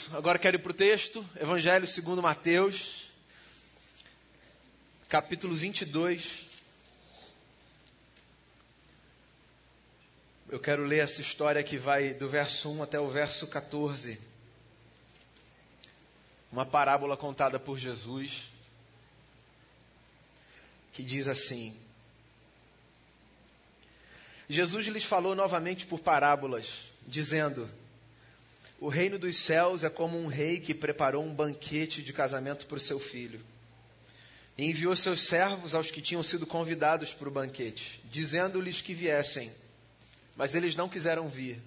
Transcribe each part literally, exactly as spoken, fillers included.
isso. Agora quero ir para o texto, Evangelho segundo Mateus, capítulo vinte e dois. Eu quero ler essa história que vai do verso um até o verso quatorze. Uma parábola contada por Jesus, que diz assim: Jesus lhes falou novamente por parábolas, dizendo: o reino dos céus é como um rei que preparou um banquete de casamento para o seu filho. E enviou seus servos aos que tinham sido convidados para o banquete, dizendo-lhes que viessem, mas eles não quiseram vir.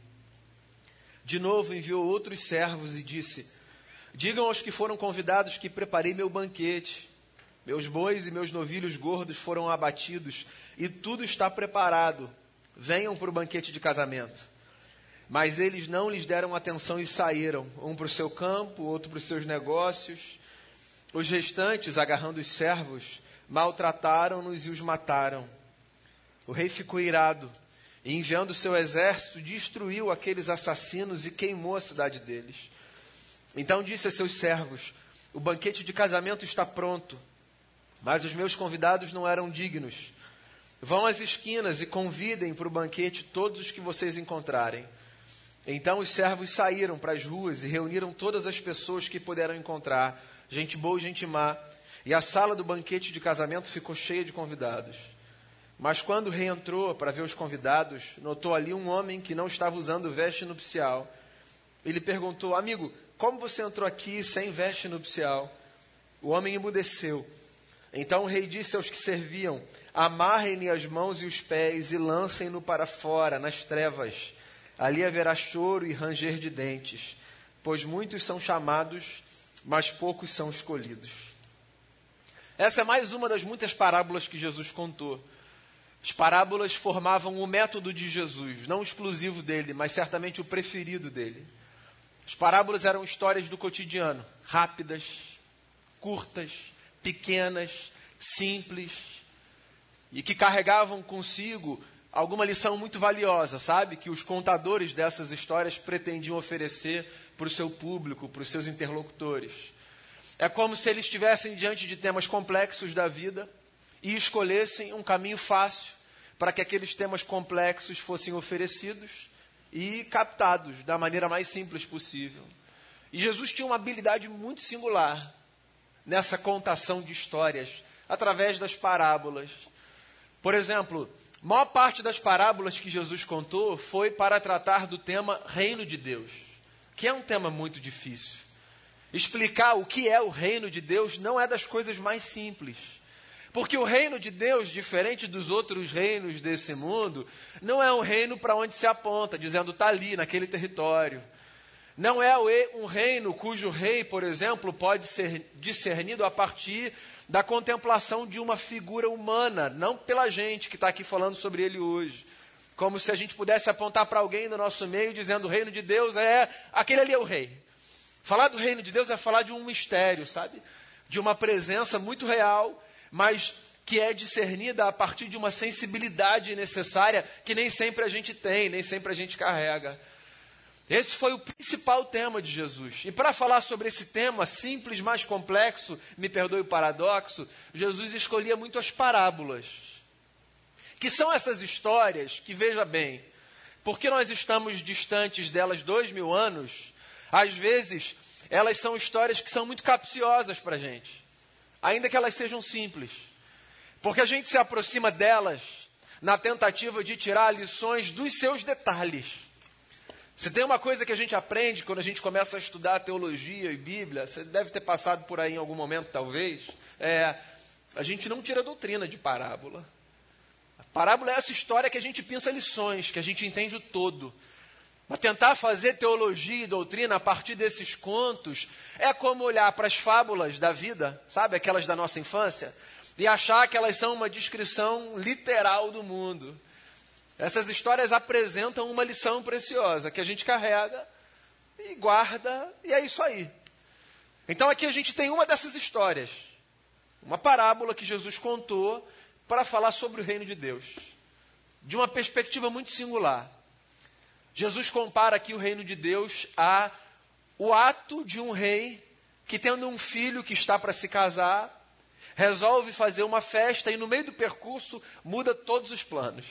De novo enviou outros servos e disse: digam aos que foram convidados que preparei meu banquete. Meus bois e meus novilhos gordos foram abatidos e tudo está preparado. Venham para o banquete de casamento. Mas eles não lhes deram atenção e saíram, um para o seu campo, outro para os seus negócios. Os restantes, agarrando os servos, maltrataram-nos e os mataram. O rei ficou irado e, enviando seu exército, destruiu aqueles assassinos e queimou a cidade deles. Então disse a seus servos: o banquete de casamento está pronto, mas os meus convidados não eram dignos. Vão às esquinas e convidem para o banquete todos os que vocês encontrarem. Então os servos saíram para as ruas e reuniram todas as pessoas que puderam encontrar, gente boa e gente má, e a sala do banquete de casamento ficou cheia de convidados. Mas quando o rei entrou para ver os convidados, notou ali um homem que não estava usando veste nupcial. Ele perguntou: amigo, como você entrou aqui sem veste nupcial? O homem emudeceu. Então o rei disse aos que serviam: amarrem-lhe as mãos e os pés e lancem-no para fora, nas trevas. Ali haverá choro e ranger de dentes, pois muitos são chamados, mas poucos são escolhidos. Essa é mais uma das muitas parábolas que Jesus contou. As parábolas formavam o método de Jesus, não o exclusivo dele, mas certamente o preferido dele. As parábolas eram histórias do cotidiano, rápidas, curtas, pequenas, simples, e que carregavam consigo alguma lição muito valiosa, sabe? Que os contadores dessas histórias pretendiam oferecer para o seu público, para os seus interlocutores. É como se eles estivessem diante de temas complexos da vida e escolhessem um caminho fácil para que aqueles temas complexos fossem oferecidos e captados da maneira mais simples possível. E Jesus tinha uma habilidade muito singular nessa contação de histórias, através das parábolas. Por exemplo, a maior parte das parábolas que Jesus contou foi para tratar do tema Reino de Deus, que é um tema muito difícil. Explicar o que é o Reino de Deus não é das coisas mais simples. Porque o reino de Deus, diferente dos outros reinos desse mundo, não é um reino para onde se aponta, dizendo está ali, naquele território. Não é um reino cujo rei, por exemplo, pode ser discernido a partir da contemplação de uma figura humana, não pela gente que está aqui falando sobre ele hoje. Como se a gente pudesse apontar para alguém do nosso meio dizendo o reino de Deus é, aquele ali é o rei. Falar do reino de Deus é falar de um mistério, sabe? De uma presença muito real, mas que é discernida a partir de uma sensibilidade necessária que nem sempre a gente tem, nem sempre a gente carrega. Esse foi o principal tema de Jesus. E para falar sobre esse tema simples, mas complexo, me perdoe o paradoxo, Jesus escolhia muito as parábolas. Que são essas histórias que, veja bem, porque nós estamos distantes delas dois mil anos, às vezes elas são histórias que são muito capciosas para a gente. Ainda que elas sejam simples. Porque a gente se aproxima delas na tentativa de tirar lições dos seus detalhes. Se tem uma coisa que a gente aprende quando a gente começa a estudar teologia e Bíblia, você deve ter passado por aí em algum momento, talvez, é, a gente não tira doutrina de parábola. A parábola é essa história que a gente pensa lições, que a gente entende o todo. Mas tentar fazer teologia e doutrina a partir desses contos é como olhar para as fábulas da vida, sabe, aquelas da nossa infância, e achar que elas são uma descrição literal do mundo. Essas histórias apresentam uma lição preciosa que a gente carrega e guarda, e é isso aí. Então aqui a gente tem uma dessas histórias, uma parábola que Jesus contou para falar sobre o reino de Deus, de uma perspectiva muito singular. Jesus compara aqui o reino de Deus a o ato de um rei que, tendo um filho que está para se casar, resolve fazer uma festa e no meio do percurso muda todos os planos.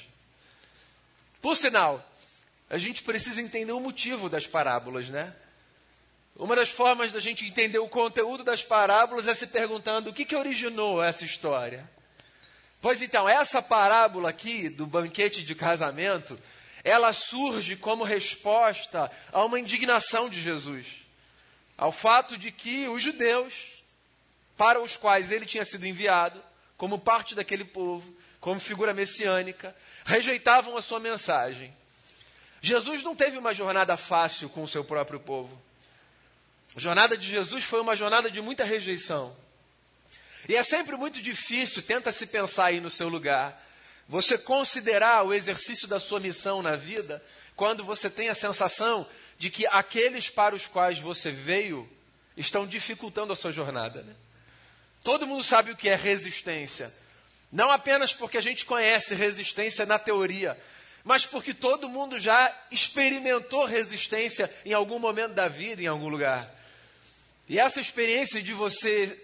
Por sinal, a gente precisa entender o motivo das parábolas, né? Uma das formas da gente entender o conteúdo das parábolas é se perguntando o que, que originou essa história. Pois então, essa parábola aqui do banquete de casamento, ela surge como resposta a uma indignação de Jesus. Ao fato de que os judeus, para os quais ele tinha sido enviado, como parte daquele povo, como figura messiânica, rejeitavam a sua mensagem. Jesus não teve uma jornada fácil com o seu próprio povo. A jornada de Jesus foi uma jornada de muita rejeição. E é sempre muito difícil, tenta se pensar aí no seu lugar, você considerar o exercício da sua missão na vida, quando você tem a sensação de que aqueles para os quais você veio estão dificultando a sua jornada, né? Todo mundo sabe o que é resistência. Não apenas porque a gente conhece resistência na teoria, mas porque todo mundo já experimentou resistência em algum momento da vida, em algum lugar. E essa experiência de você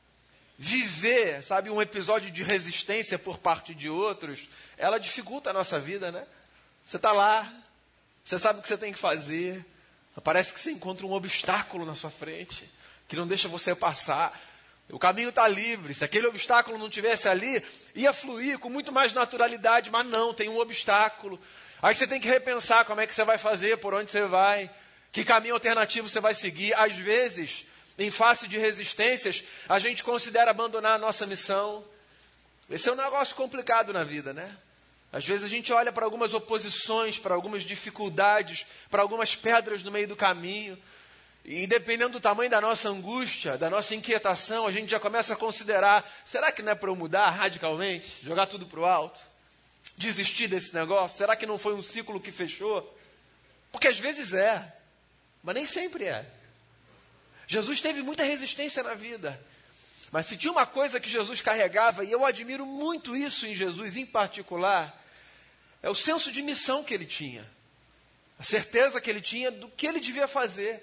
viver, sabe, um episódio de resistência por parte de outros, ela dificulta a nossa vida, né? Você está lá, você sabe o que você tem que fazer, parece que você encontra um obstáculo na sua frente, que não deixa você passar. O caminho está livre. Se aquele obstáculo não tivesse ali, ia fluir com muito mais naturalidade, mas não, tem um obstáculo. Aí você tem que repensar como é que você vai fazer, por onde você vai, que caminho alternativo você vai seguir. Às vezes, em face de resistências, a gente considera abandonar a nossa missão. Esse é um negócio complicado na vida, né? Às vezes a gente olha para algumas oposições, para algumas dificuldades, para algumas pedras no meio do caminho, e dependendo do tamanho da nossa angústia, da nossa inquietação, a gente já começa a considerar, será que não é para eu mudar radicalmente? Jogar tudo para o alto? Desistir desse negócio? Será que não foi um ciclo que fechou? Porque às vezes é, mas nem sempre é. Jesus teve muita resistência na vida, mas se tinha uma coisa que Jesus carregava, e eu admiro muito isso em Jesus em particular, é o senso de missão que ele tinha, a certeza que ele tinha do que ele devia fazer.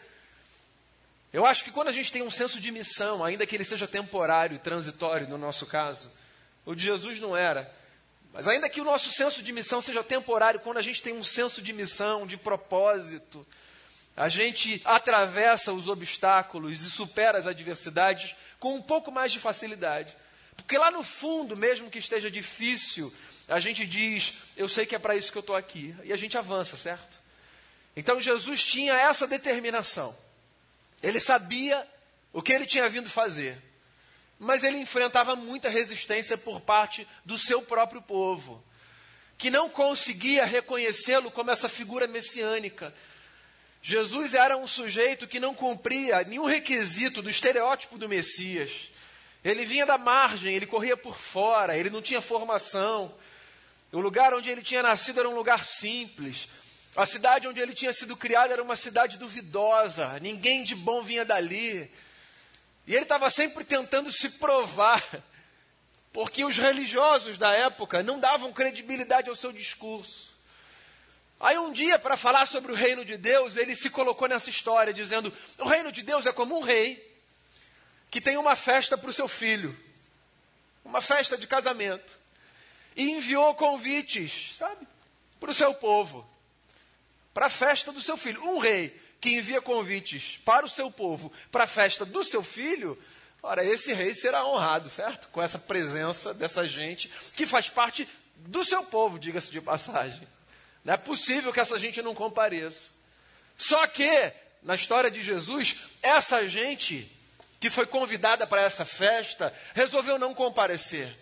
Eu acho que quando a gente tem um senso de missão, ainda que ele seja temporário, transitório no nosso caso, o de Jesus não era, mas ainda que o nosso senso de missão seja temporário, quando a gente tem um senso de missão, de propósito, a gente atravessa os obstáculos e supera as adversidades com um pouco mais de facilidade. Porque lá no fundo, mesmo que esteja difícil, a gente diz, eu sei que é para isso que eu estou aqui. E a gente avança, certo? Então Jesus tinha essa determinação. Ele sabia o que ele tinha vindo fazer. Mas ele enfrentava muita resistência por parte do seu próprio povo, que não conseguia reconhecê-lo como essa figura messiânica. Jesus era um sujeito que não cumpria nenhum requisito do estereótipo do Messias. Ele vinha da margem, ele corria por fora, ele não tinha formação. O lugar onde ele tinha nascido era um lugar simples. A cidade onde ele tinha sido criado era uma cidade duvidosa, ninguém de bom vinha dali. E ele estava sempre tentando se provar, porque os religiosos da época não davam credibilidade ao seu discurso. Aí um dia, para falar sobre o reino de Deus, ele se colocou nessa história, dizendo, o reino de Deus é como um rei que tem uma festa para o seu filho, uma festa de casamento, e enviou convites, sabe, para o seu povo, para a festa do seu filho. Um rei que envia convites para o seu povo, para a festa do seu filho, ora, esse rei será honrado, certo? Com essa presença dessa gente que faz parte do seu povo, diga-se de passagem. Não é possível que essa gente não compareça. Só que, na história de Jesus, essa gente que foi convidada para essa festa, resolveu não comparecer.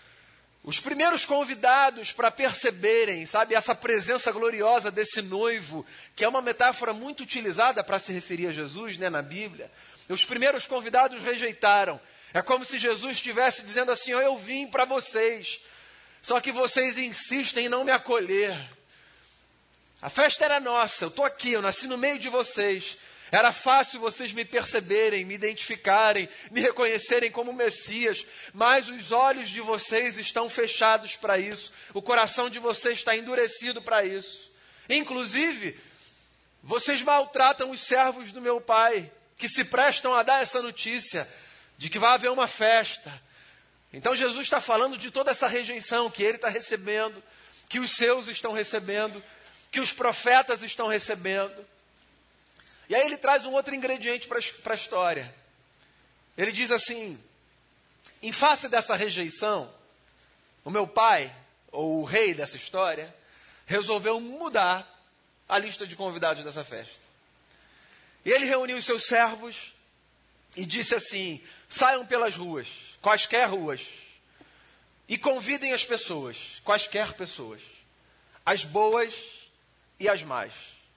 Os primeiros convidados para perceberem, sabe, essa presença gloriosa desse noivo, que é uma metáfora muito utilizada para se referir a Jesus, né, na Bíblia. Os primeiros convidados rejeitaram. É como se Jesus estivesse dizendo assim, oh, eu vim para vocês, só que vocês insistem em não me acolher. A festa era nossa, eu estou aqui, eu nasci no meio de vocês. Era fácil vocês me perceberem, me identificarem, me reconhecerem como Messias, mas os olhos de vocês estão fechados para isso. O coração de vocês está endurecido para isso. Inclusive, vocês maltratam os servos do meu pai, que se prestam a dar essa notícia de que vai haver uma festa. Então Jesus está falando de toda essa rejeição que ele está recebendo, que os seus estão recebendo, que os profetas estão recebendo. E aí ele traz um outro ingrediente para a história. Ele diz assim: em face dessa rejeição, o meu pai, ou o rei dessa história, resolveu mudar a lista de convidados dessa festa. E ele reuniu os seus servos e disse assim: saiam pelas ruas, quaisquer ruas, e convidem as pessoas, quaisquer pessoas, as boas e as más.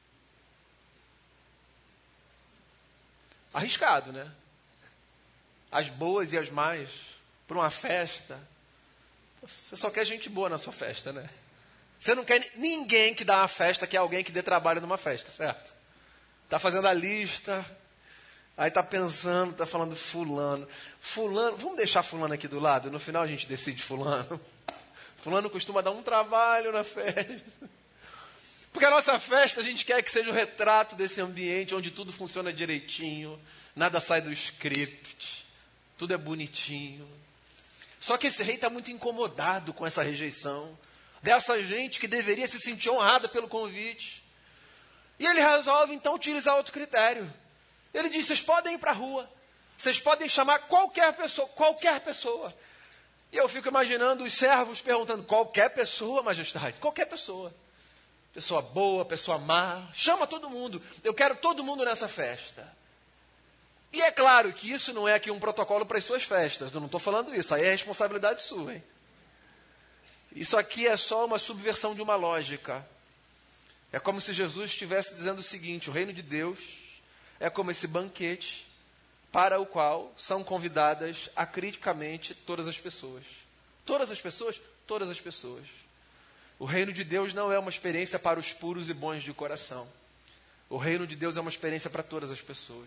Arriscado, né? As boas e as más, para uma festa. Você só quer gente boa na sua festa, né? Você não quer ninguém que dá uma festa, que é alguém que dê trabalho numa festa, certo? Está fazendo a lista, aí está pensando, está falando fulano. Fulano, vamos deixar fulano aqui do lado, no final a gente decide fulano. Fulano costuma dar um trabalho na festa. Porque a nossa festa a gente quer que seja o retrato desse ambiente onde tudo funciona direitinho, nada sai do script, tudo é bonitinho. Só que esse rei está muito incomodado com essa rejeição dessa gente que deveria se sentir honrada pelo convite. E ele resolve então utilizar outro critério. Ele diz: vocês podem ir para a rua, vocês podem chamar qualquer pessoa, qualquer pessoa. E eu fico imaginando os servos perguntando: qualquer pessoa, majestade? Qualquer pessoa. Pessoa boa, pessoa má, chama todo mundo. Eu quero todo mundo nessa festa. E é claro que isso não é aqui um protocolo para as suas festas. Eu não estou falando isso, aí é responsabilidade sua, hein? Isso aqui é só uma subversão de uma lógica. É como se Jesus estivesse dizendo o seguinte: o reino de Deus é como esse banquete para o qual são convidadas acriticamente todas as pessoas. Todas as pessoas? Todas as pessoas. O reino de Deus não é uma experiência para os puros e bons de coração. O reino de Deus é uma experiência para todas as pessoas.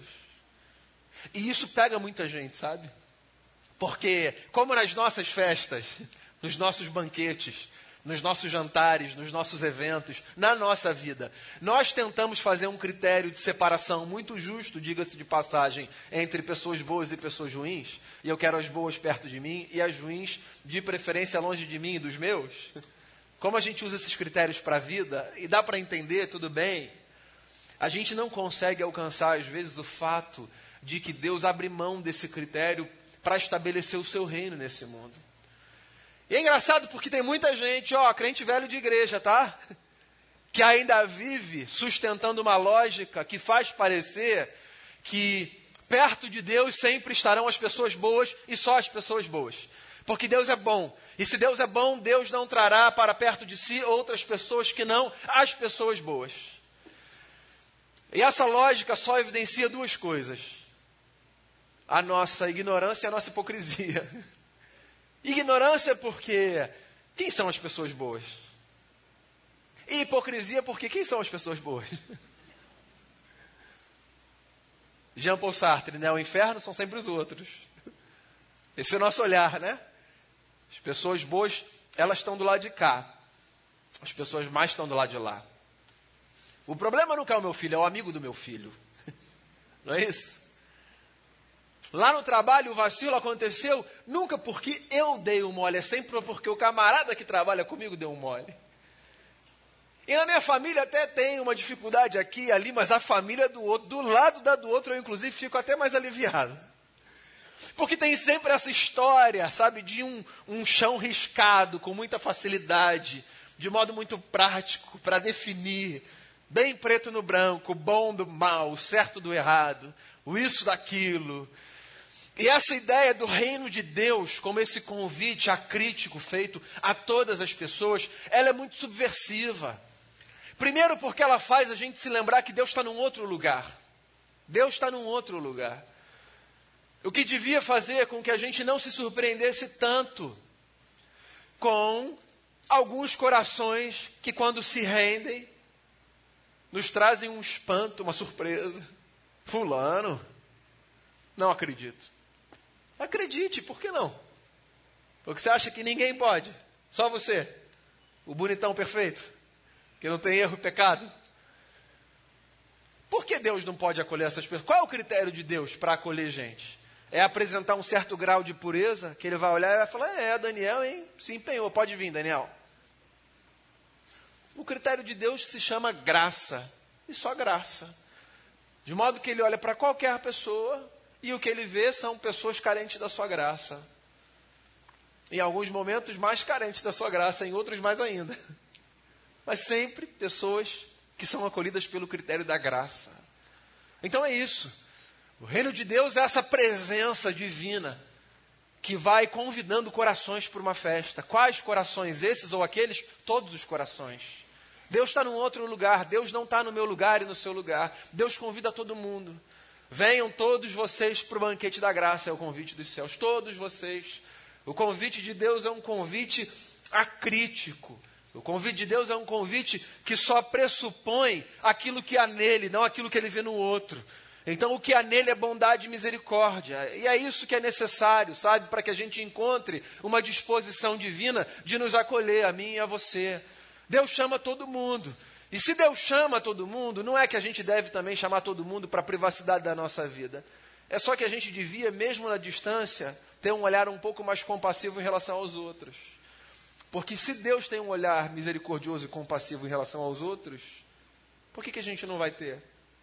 E isso pega muita gente, sabe? Porque, como nas nossas festas, nos nossos banquetes, nos nossos jantares, nos nossos eventos, na nossa vida, nós tentamos fazer um critério de separação muito justo, diga-se de passagem, entre pessoas boas e pessoas ruins, e eu quero as boas perto de mim, e as ruins, de preferência, longe de mim e dos meus. Como a gente usa esses critérios para a vida, e dá para entender, tudo bem, a gente não consegue alcançar, às vezes, o fato de que Deus abre mão desse critério para estabelecer o seu reino nesse mundo. E é engraçado porque tem muita gente, ó, crente velho de igreja, tá? Que ainda vive sustentando uma lógica que faz parecer que perto de Deus sempre estarão as pessoas boas e só as pessoas boas. Porque Deus é bom. E se Deus é bom, Deus não trará para perto de si outras pessoas que não as pessoas boas. E essa lógica só evidencia duas coisas: a nossa ignorância e a nossa hipocrisia. Ignorância porque quem são as pessoas boas? E hipocrisia porque quem são as pessoas boas? Jean Paul Sartre, né? O inferno são sempre os outros. Esse é o nosso olhar, né? As pessoas boas, elas estão do lado de cá. As pessoas más estão do lado de lá. O problema nunca é o meu filho, é o amigo do meu filho. Não é isso? Lá no trabalho o vacilo aconteceu nunca porque eu dei um mole, é sempre porque o camarada que trabalha comigo deu um mole. E na minha família até tem uma dificuldade aqui e ali, mas a família do outro, do lado da do outro, eu inclusive fico até mais aliviado. Porque tem sempre essa história, sabe, de um, um chão riscado com muita facilidade, de modo muito prático, para definir, bem preto no branco, o bom do mal, o certo do errado, o isso daquilo. E essa ideia do reino de Deus, como esse convite acrítico feito a todas as pessoas, ela é muito subversiva. Primeiro porque ela faz a gente se lembrar que Deus está num outro lugar. Deus está num outro lugar. O que devia fazer com que a gente não se surpreendesse tanto com alguns corações que, quando se rendem, nos trazem um espanto, uma surpresa. Fulano, não acredito. Acredite, por que não? Porque você acha que ninguém pode, só você, o bonitão perfeito, que não tem erro e pecado. Por que Deus não pode acolher essas pessoas? Qual é o critério de Deus para acolher gente? É apresentar um certo grau de pureza, que ele vai olhar e vai falar, é, Daniel, hein, se empenhou, pode vir, Daniel. O critério de Deus se chama graça, e só graça. De modo que ele olha para qualquer pessoa, e o que ele vê são pessoas carentes da sua graça. Em alguns momentos mais carentes da sua graça, em outros mais ainda. Mas sempre pessoas que são acolhidas pelo critério da graça. Então é isso. O reino de Deus é essa presença divina que vai convidando corações para uma festa. Quais corações? Esses ou aqueles? Todos os corações. Deus está num outro lugar. Deus não está no meu lugar e no seu lugar. Deus convida todo mundo. Venham todos vocês para o banquete da graça, é o convite dos céus. Todos vocês. O convite de Deus é um convite acrítico. O convite de Deus é um convite que só pressupõe aquilo que há nele, não aquilo que ele vê no outro. Então, o que há nele é bondade e misericórdia. E é isso que é necessário, sabe? Para que a gente encontre uma disposição divina de nos acolher, a mim e a você. Deus chama todo mundo. E se Deus chama todo mundo, não é que a gente deve também chamar todo mundo para a privacidade da nossa vida. É só que a gente devia, mesmo na distância, ter um olhar um pouco mais compassivo em relação aos outros. Porque se Deus tem um olhar misericordioso e compassivo em relação aos outros, por que que a gente não vai ter?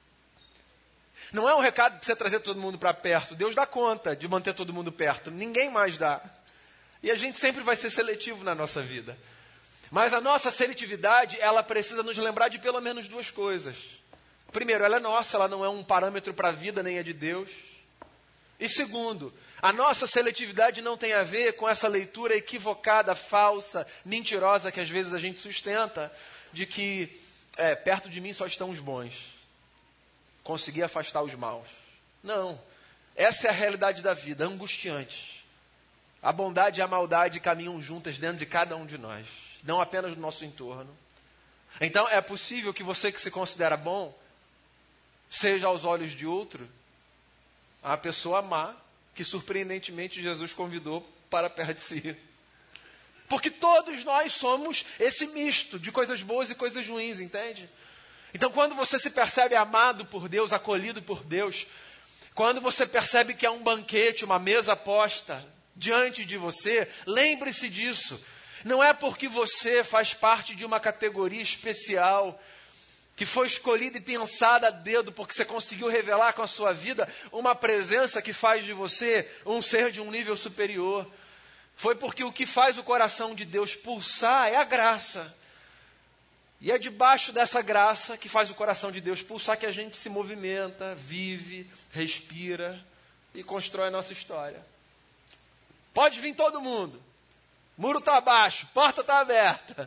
Não é um recado para você trazer todo mundo para perto. Deus dá conta de manter todo mundo perto. Ninguém mais dá. E a gente sempre vai ser seletivo na nossa vida. Mas a nossa seletividade, ela precisa nos lembrar de pelo menos duas coisas. Primeiro, ela é nossa, ela não é um parâmetro para a vida, nem é de Deus. E segundo, a nossa seletividade não tem a ver com essa leitura equivocada, falsa, mentirosa que às vezes a gente sustenta, de que é, perto de mim só estão os bons. Conseguir afastar os maus. Não. Essa é a realidade da vida, angustiante. A bondade e a maldade caminham juntas dentro de cada um de nós, não apenas no nosso entorno. Então, é possível que você que se considera bom, seja aos olhos de outro, a pessoa má, que surpreendentemente Jesus convidou para perto de si. Porque todos nós somos esse misto de coisas boas e coisas ruins, entende? Então, quando você se percebe amado por Deus, acolhido por Deus, quando você percebe que há um banquete, uma mesa posta diante de você, lembre-se disso. Não é porque você faz parte de uma categoria especial, que foi escolhida e pensada a dedo, porque você conseguiu revelar com a sua vida uma presença que faz de você um ser de um nível superior. Foi porque o que faz o coração de Deus pulsar é a graça. E é debaixo dessa graça que faz o coração de Deus pulsar que a gente se movimenta, vive, respira e constrói a nossa história. Pode vir todo mundo. Muro está abaixo, porta está aberta.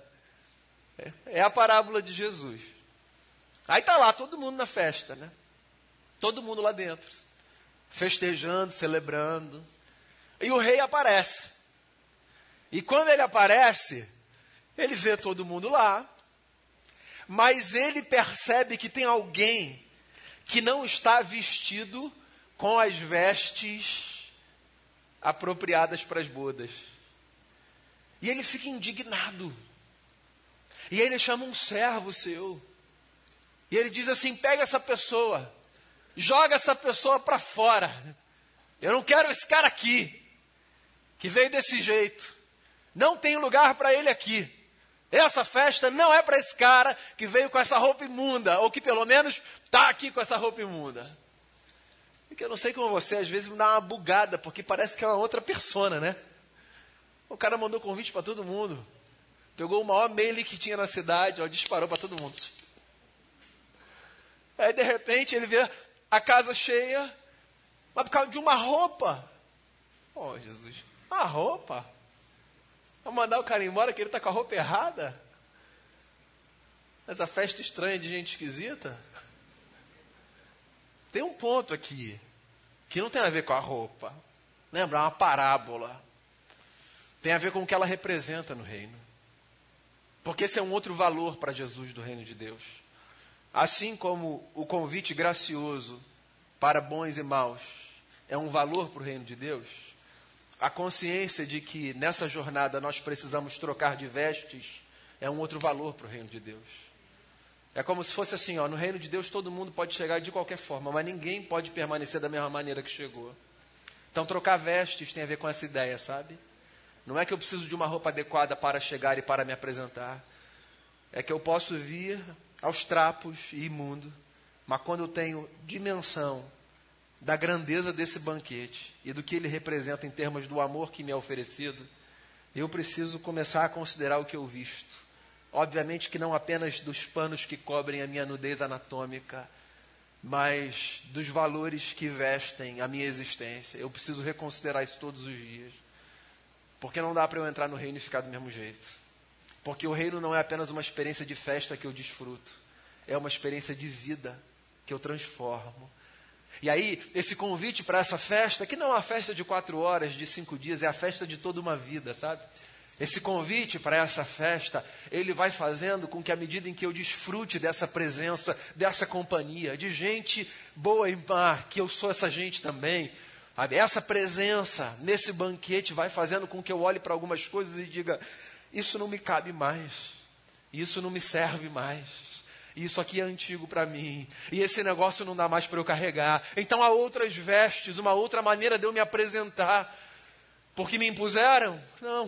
É a parábola de Jesus. Aí está lá todo mundo na festa, né? Todo mundo lá dentro. Festejando, celebrando. E o rei aparece. E quando ele aparece, ele vê todo mundo lá. Mas ele percebe que tem alguém que não está vestido com as vestes apropriadas para as bodas. E ele fica indignado. E aí ele chama um servo seu. E ele diz assim, pega essa pessoa, joga essa pessoa para fora. Eu não quero esse cara aqui, que veio desse jeito. Não tem lugar para ele aqui. Essa festa não é para esse cara que veio com essa roupa imunda, ou que pelo menos está aqui com essa roupa imunda. Porque eu não sei como você, às vezes me dá uma bugada, porque parece que é uma outra persona, né? O cara mandou convite para todo mundo. Pegou o maior mail que tinha na cidade, ó, disparou para todo mundo. Aí de repente ele vê a casa cheia, mas por causa de uma roupa. Oh, Jesus, uma roupa? Vai mandar o cara embora que ele está com a roupa errada? Essa festa estranha de gente esquisita? Tem um ponto aqui, que não tem a ver com a roupa. Lembra? É uma parábola. Tem a ver com o que ela representa no reino. Porque esse é um outro valor para Jesus do reino de Deus. Assim como o convite gracioso para bons e maus é um valor para o reino de Deus, a consciência de que nessa jornada nós precisamos trocar de vestes é um outro valor para o reino de Deus. É como se fosse assim, ó, no reino de Deus todo mundo pode chegar de qualquer forma, mas ninguém pode permanecer da mesma maneira que chegou. Então trocar vestes tem a ver com essa ideia, sabe? Não é que eu preciso de uma roupa adequada para chegar e para me apresentar. É que eu posso vir aos trapos e imundo, mas quando eu tenho dimensão da grandeza desse banquete e do que ele representa em termos do amor que me é oferecido, eu preciso começar a considerar o que eu visto. Obviamente que não apenas dos panos que cobrem a minha nudez anatômica, mas dos valores que vestem a minha existência. Eu preciso reconsiderar isso todos os dias. Porque não dá para eu entrar no reino e ficar do mesmo jeito. Porque o reino não é apenas uma experiência de festa que eu desfruto. É uma experiência de vida que eu transformo. E aí, esse convite para essa festa, que não é uma festa de quatro horas, de cinco dias, é a festa de toda uma vida, sabe? Esse convite para essa festa, ele vai fazendo com que à medida em que eu desfrute dessa presença, dessa companhia, de gente boa e má, que eu sou essa gente também, sabe? Essa presença nesse banquete vai fazendo com que eu olhe para algumas coisas e diga, isso não me cabe mais, isso não me serve mais, isso aqui é antigo para mim, e esse negócio não dá mais para eu carregar. Então há outras vestes, uma outra maneira de eu me apresentar, porque me impuseram? Não.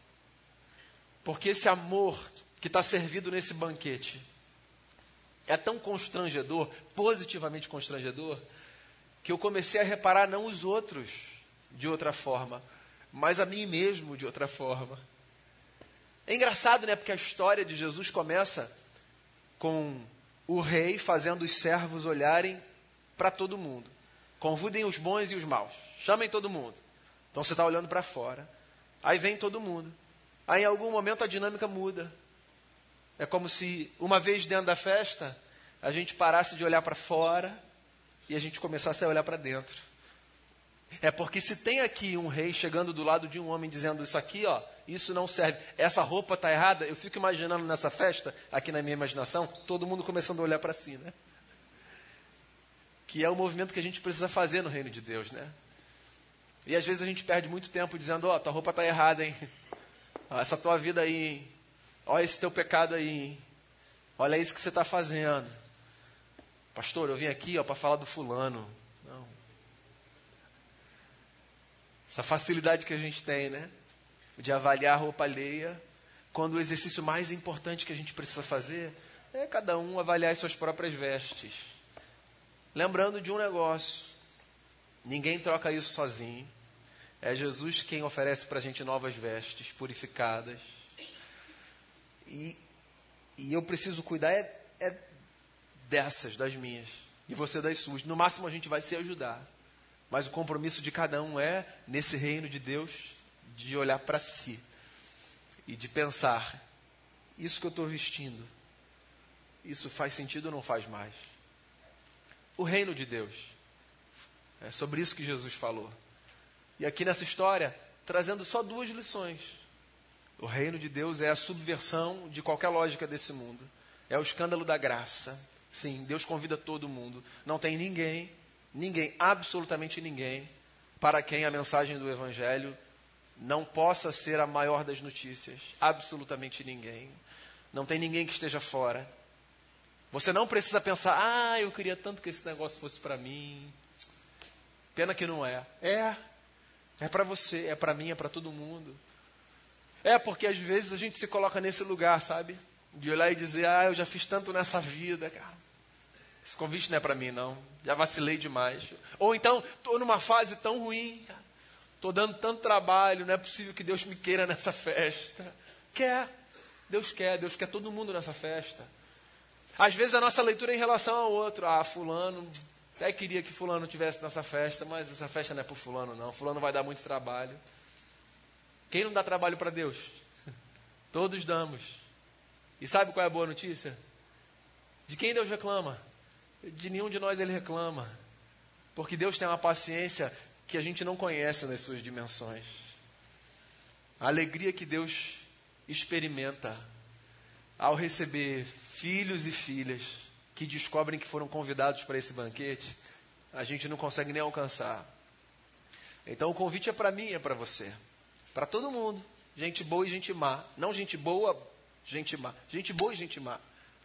Porque esse amor que está servido nesse banquete é tão constrangedor, positivamente constrangedor, que eu comecei a reparar não os outros de outra forma, mas a mim mesmo de outra forma. É engraçado, né? Porque a história de Jesus começa com o rei fazendo os servos olharem para todo mundo. Convidem os bons e os maus. Chamem todo mundo. Então você está olhando para fora. Aí vem todo mundo. Aí em algum momento a dinâmica muda. É como se uma vez dentro da festa, a gente parasse de olhar para fora e a gente começasse a olhar para dentro. É porque se tem aqui um rei chegando do lado de um homem dizendo isso aqui, ó, isso não serve, essa roupa está errada, eu fico imaginando nessa festa, aqui na minha imaginação, todo mundo começando a olhar para si, né? Que é o movimento que a gente precisa fazer no reino de Deus, né? E às vezes a gente perde muito tempo dizendo, ó, tua roupa está errada, hein? Essa tua vida aí, hein? Olha esse teu pecado aí, hein? Olha isso que você está fazendo. Pastor, eu vim aqui para falar do fulano. Não. Essa facilidade que a gente tem, né? De avaliar a roupa alheia, quando o exercício mais importante que a gente precisa fazer é cada um avaliar as suas próprias vestes. Lembrando de um negócio, ninguém troca isso sozinho. É Jesus quem oferece para a gente novas vestes, purificadas. E, e eu preciso cuidar é, é dessas, das minhas. E você das suas. No máximo a gente vai se ajudar. Mas o compromisso de cada um é, nesse reino de Deus, de olhar para si. E de pensar, isso que eu estou vestindo, isso faz sentido ou não faz mais? O reino de Deus. É sobre isso que Jesus falou. E aqui nessa história, trazendo só duas lições. O reino de Deus é a subversão de qualquer lógica desse mundo. É o escândalo da graça. Sim, Deus convida todo mundo. Não tem ninguém, ninguém, absolutamente ninguém, para quem a mensagem do Evangelho não possa ser a maior das notícias. Absolutamente ninguém. Não tem ninguém que esteja fora. Você não precisa pensar, ah, eu queria tanto que esse negócio fosse para mim. Pena que não é. É. É para você, é para mim, é para todo mundo. É porque às vezes a gente se coloca nesse lugar, sabe? De olhar e dizer, ah, eu já fiz tanto nessa vida, cara. Esse convite não é para mim, não. Já vacilei demais. Ou então, estou numa fase tão ruim, estou dando tanto trabalho, não é possível que Deus me queira nessa festa. Quer. Deus quer, Deus quer todo mundo nessa festa. Às vezes a nossa leitura é em relação ao outro. Ah, fulano, até queria que fulano estivesse nessa festa, mas essa festa não é para fulano, não. Fulano vai dar muito trabalho. Quem não dá trabalho para Deus? Todos damos. E sabe qual é a boa notícia? De quem Deus reclama? De nenhum de nós ele reclama. Porque Deus tem uma paciência que a gente não conhece nas suas dimensões. A alegria que Deus experimenta ao receber filhos e filhas que descobrem que foram convidados para esse banquete, a gente não consegue nem alcançar. Então o convite é para mim e é para você. Para todo mundo. Gente boa e gente má. Não gente boa, gente má. Gente boa e gente má.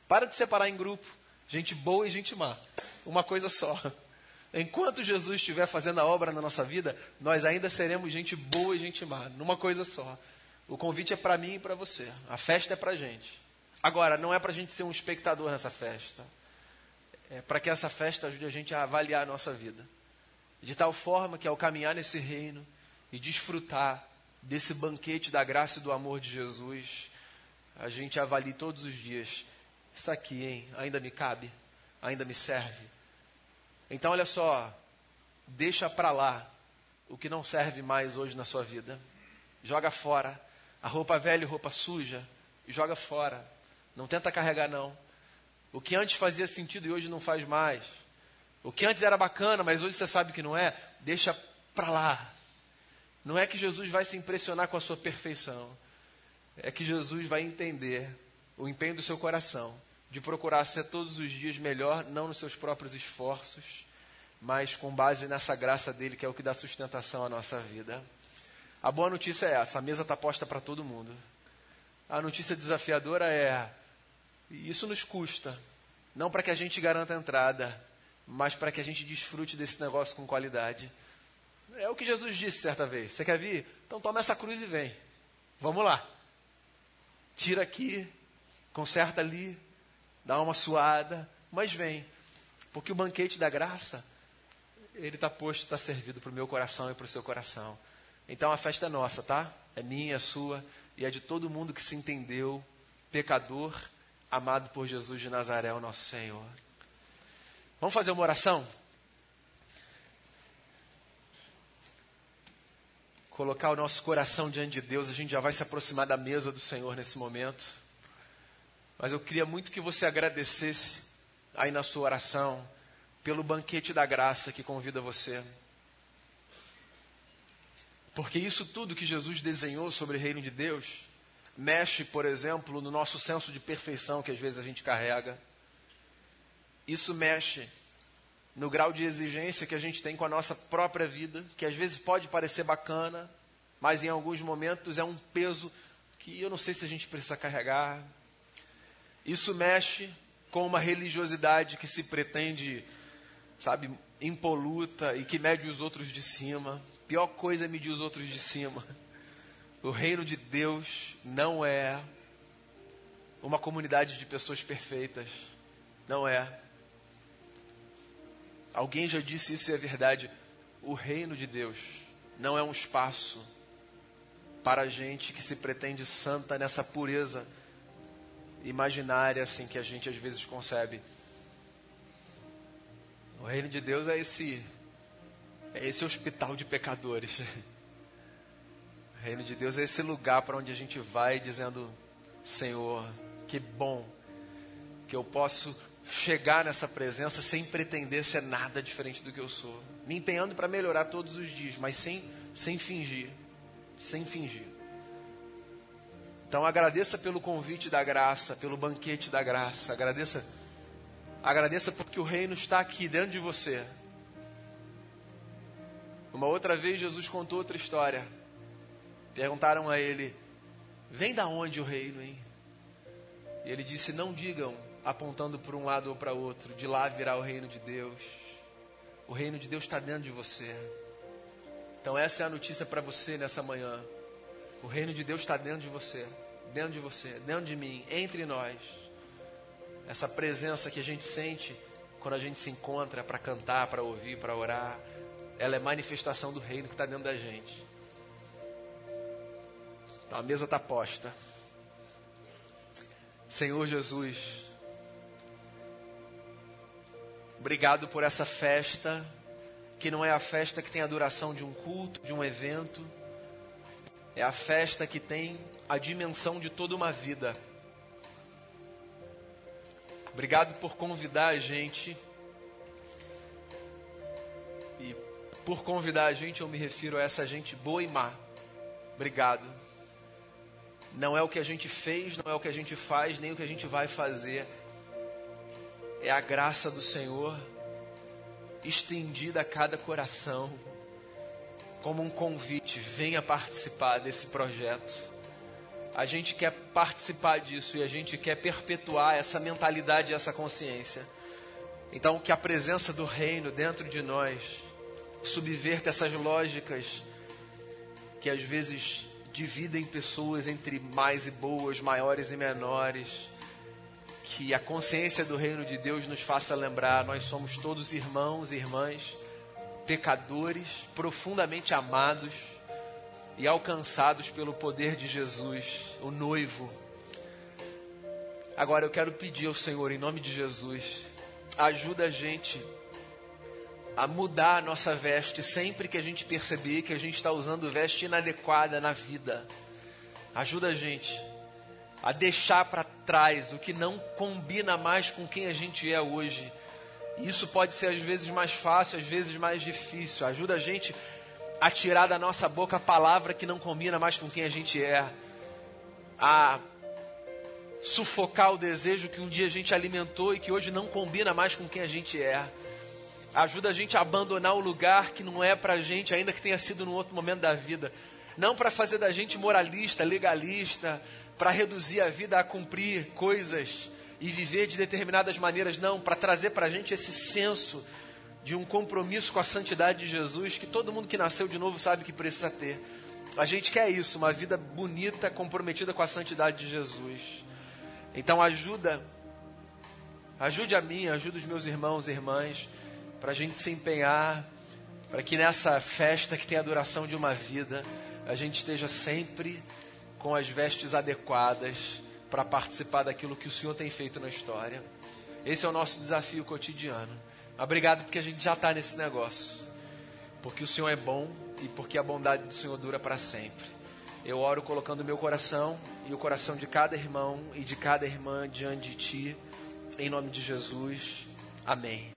Para de separar em grupo, gente boa e gente má. Uma coisa só. Enquanto Jesus estiver fazendo a obra na nossa vida, nós ainda seremos gente boa e gente má, numa coisa só. O convite é para mim e para você. A festa é para a gente. Agora, não é para a gente ser um espectador nessa festa. É para que essa festa ajude a gente a avaliar a nossa vida. De tal forma que ao caminhar nesse reino e desfrutar desse banquete da graça e do amor de Jesus, a gente avalie todos os dias. Isso aqui, hein? Ainda me cabe? Ainda me serve? Então, olha só. Deixa para lá o que não serve mais hoje na sua vida. Joga fora. A roupa velha e roupa suja, joga fora. Não tenta carregar, não. O que antes fazia sentido e hoje não faz mais. O que antes era bacana, mas hoje você sabe que não é, deixa para lá. Não é que Jesus vai se impressionar com a sua perfeição. É que Jesus vai entender o empenho do seu coração de procurar ser todos os dias melhor, não nos seus próprios esforços, mas com base nessa graça dele, que é o que dá sustentação à nossa vida. A boa notícia é essa, a mesa está posta para todo mundo. A notícia desafiadora é, isso nos custa, não para que a gente garanta a entrada, mas para que a gente desfrute desse negócio com qualidade. É o que Jesus disse certa vez, você quer vir? Então toma essa cruz e vem. Vamos lá. Tira aqui, conserta ali, dá uma suada, mas vem. Porque o banquete da graça, ele está posto, está servido para o meu coração e para o seu coração. Então a festa é nossa, tá? É minha, é sua e é de todo mundo que se entendeu pecador, amado por Jesus de Nazaré, o nosso Senhor. Vamos fazer uma oração? Colocar o nosso coração diante de Deus, a gente já vai se aproximar da mesa do Senhor nesse momento. Mas eu queria muito que você agradecesse aí na sua oração pelo banquete da graça que convida você. Porque isso tudo que Jesus desenhou sobre o reino de Deus mexe, por exemplo, no nosso senso de perfeição que às vezes a gente carrega. Isso mexe no grau de exigência que a gente tem com a nossa própria vida, que às vezes pode parecer bacana, mas em alguns momentos é um peso que eu não sei se a gente precisa carregar. Isso mexe com uma religiosidade que se pretende, sabe, impoluta e que mede os outros de cima. Pior coisa é medir os outros de cima. O reino de Deus não é uma comunidade de pessoas perfeitas. Não é. Alguém já disse isso e é verdade. O reino de Deus não é um espaço para gente que se pretende santa nessa pureza imaginária assim que a gente às vezes concebe. O reino de Deus é esse É esse hospital de pecadores. O reino de Deus é esse lugar para onde a gente vai dizendo, Senhor, que bom que eu posso chegar nessa presença sem pretender ser nada diferente do que eu sou. Me empenhando para melhorar todos os dias, mas sem, sem fingir. Sem fingir. Então agradeça pelo convite da graça, pelo banquete da graça. Agradeça, agradeça porque o reino está aqui dentro de você. Uma outra vez Jesus contou outra história. Perguntaram a ele, vem da onde o reino, hein? E ele disse, não digam, apontando para um lado ou para outro, de lá virá o reino de Deus. O reino de Deus está dentro de você. Então essa é a notícia para você nessa manhã. O reino de Deus está dentro de você, dentro de você, dentro de mim, entre nós. Essa presença que a gente sente quando a gente se encontra para cantar, para ouvir, para orar, ela é manifestação do reino que está dentro da gente. Então a mesa está posta. Senhor Jesus, obrigado por essa festa, que não é a festa que tem a duração de um culto, de um evento. É a festa que tem a dimensão de toda uma vida. Obrigado por convidar a gente. E por convidar a gente, eu me refiro a essa gente boa e má. Obrigado. Não é o que a gente fez, não é o que a gente faz, nem o que a gente vai fazer. É a graça do Senhor estendida a cada coração, como um convite, venha participar desse projeto. a gente quer participar disso e a gente quer perpetuar essa mentalidade e essa consciência. Então, que a presença do reino dentro de nós subverta essas lógicas que às vezes dividem pessoas entre mais e boas, maiores e menores. Que a consciência do reino de Deus nos faça lembrar, nós somos todos irmãos e irmãs, pecadores, profundamente amados e alcançados pelo poder de Jesus, o noivo. Agora eu quero pedir ao Senhor, em nome de Jesus, ajuda a gente a mudar a nossa veste sempre que a gente perceber que a gente está usando veste inadequada na vida. Ajuda a gente a deixar para trás o que não combina mais com quem a gente é hoje. E isso pode ser às vezes mais fácil, às vezes mais difícil. Ajuda a gente a tirar da nossa boca a palavra que não combina mais com quem a gente é. A sufocar o desejo que um dia a gente alimentou e que hoje não combina mais com quem a gente é. Ajuda a gente a abandonar o lugar que não é pra gente, ainda que tenha sido num outro momento da vida. Não para fazer da gente moralista, legalista, para reduzir a vida a cumprir coisas e viver de determinadas maneiras. Não, para trazer pra gente esse senso de um compromisso com a santidade de Jesus, que todo mundo que nasceu de novo sabe que precisa ter. A gente quer isso, uma vida bonita, comprometida com a santidade de Jesus. Então ajuda, ajude a mim, ajude os meus irmãos e irmãs, para a gente se empenhar, para que nessa festa que tem a duração de uma vida, a gente esteja sempre com as vestes adequadas para participar daquilo que o Senhor tem feito na história. Esse é o nosso desafio cotidiano. Obrigado porque a gente já está nesse negócio, porque o Senhor é bom e porque a bondade do Senhor dura para sempre. Eu oro colocando o meu coração e o coração de cada irmão e de cada irmã diante de Ti, em nome de Jesus. Amém.